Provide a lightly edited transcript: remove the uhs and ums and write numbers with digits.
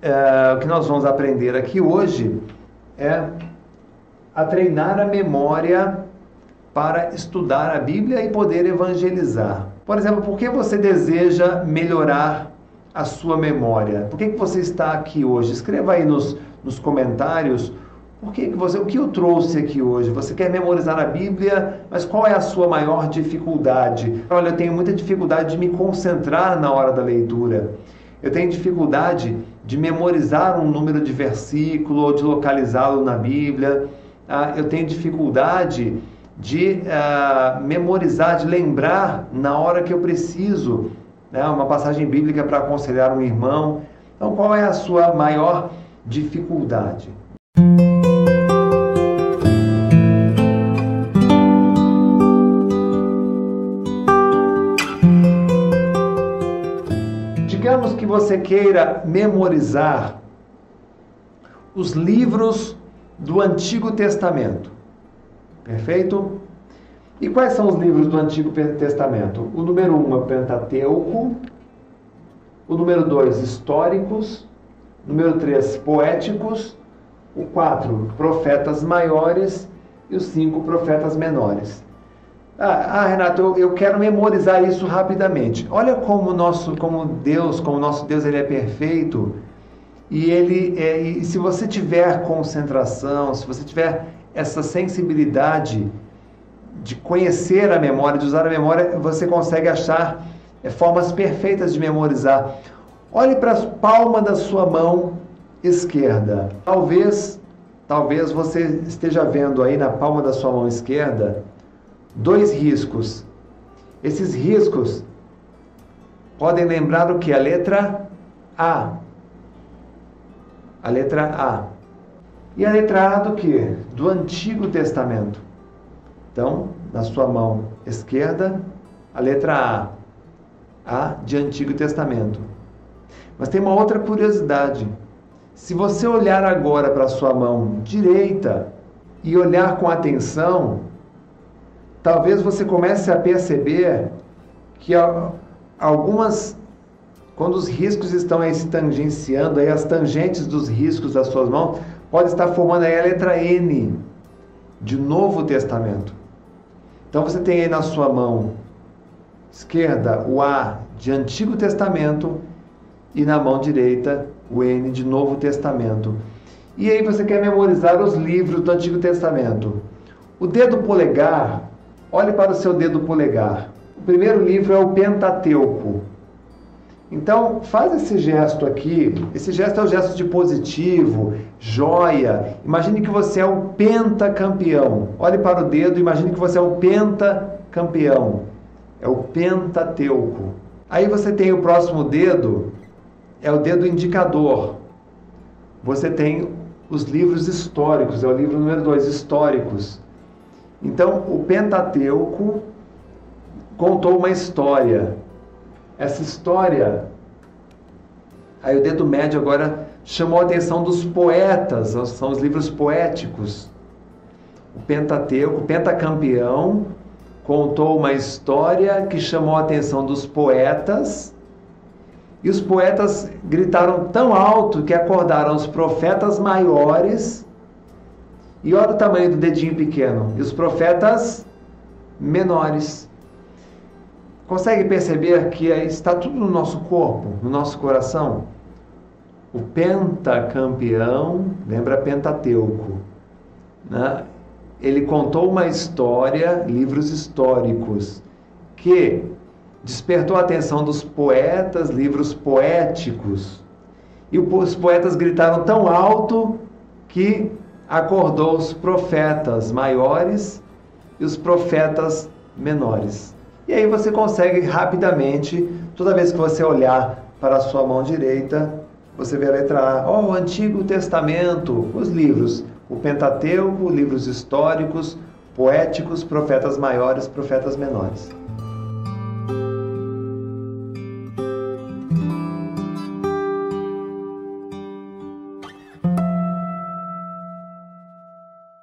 o que nós vamos aprender aqui hoje é a treinar a memória para estudar a Bíblia e poder evangelizar. Por exemplo, por que você deseja melhorar a sua memória? Por que você está aqui hoje? Escreva aí nos comentários o que eu trouxe aqui hoje. Você quer memorizar a Bíblia, mas qual é a sua maior dificuldade? Olha, eu tenho muita dificuldade de me concentrar na hora da leitura. Eu tenho dificuldade de memorizar um número de versículo ou de localizá-lo na Bíblia. Eu tenho dificuldade de memorizar, de lembrar na hora que eu preciso, né, uma passagem bíblica para aconselhar um irmão. Então, qual é a sua maior dificuldade? Digamos que você queira memorizar os livros do Antigo Testamento. Perfeito? E quais são os livros do Antigo Testamento? O número 1 é o Pentateuco, o número 2, históricos, o número 3, poéticos, o 4, profetas maiores e os 5, profetas menores. Renato, eu quero memorizar isso rapidamente. Olha como o nosso Deus ele é perfeito. E se você tiver concentração, se você tiver essa sensibilidade de conhecer a memória, de usar a memória, você consegue achar formas perfeitas de memorizar. Olhe para a palma da sua mão esquerda. Talvez você esteja vendo aí na palma da sua mão esquerda 2 riscos. Esses riscos podem lembrar o que? A letra A. A letra A. E a letra A do que? Do Antigo Testamento. Então, na sua mão esquerda, a letra A. A de Antigo Testamento. Mas tem uma outra curiosidade. Se você olhar agora para a sua mão direita e olhar com atenção, talvez você comece a perceber que quando os riscos estão aí se tangenciando, aí as tangentes dos riscos das suas mãos, pode estar formando aí a letra N, de Novo Testamento. Então você tem aí na sua mão esquerda o A de Antigo Testamento e na mão direita o N de Novo Testamento. E aí você quer memorizar os livros do Antigo Testamento. O dedo polegar, olhe para o seu dedo polegar. O primeiro livro é o Pentateuco. Então, faz esse gesto aqui. Esse gesto é o gesto de positivo, joia. Imagine que você é o pentacampeão. Olhe para o dedo e imagine que você é o pentacampeão. É o Pentateuco. Aí você tem o próximo dedo, é o dedo indicador. Você tem os livros históricos, é o livro número 2, históricos. Então, o Pentateuco contou uma história. Essa história, aí o dedo médio agora chamou a atenção dos poetas, são os livros poéticos. O Pentateuco, o pentacampeão, contou uma história que chamou a atenção dos poetas, e os poetas gritaram tão alto que acordaram os profetas maiores, e olha o tamanho do dedinho pequeno, e os profetas menores. Consegue perceber que está tudo no nosso corpo, no nosso coração? O pentacampeão, lembra Pentateuco, né? Ele contou uma história, livros históricos, que despertou a atenção dos poetas, livros poéticos. E os poetas gritaram tão alto que acordou os profetas maiores e os profetas menores. E aí você consegue rapidamente, toda vez que você olhar para a sua mão direita, você vê a letra A. O Antigo Testamento, os livros, o Pentateuco, livros históricos, poéticos, profetas maiores, profetas menores.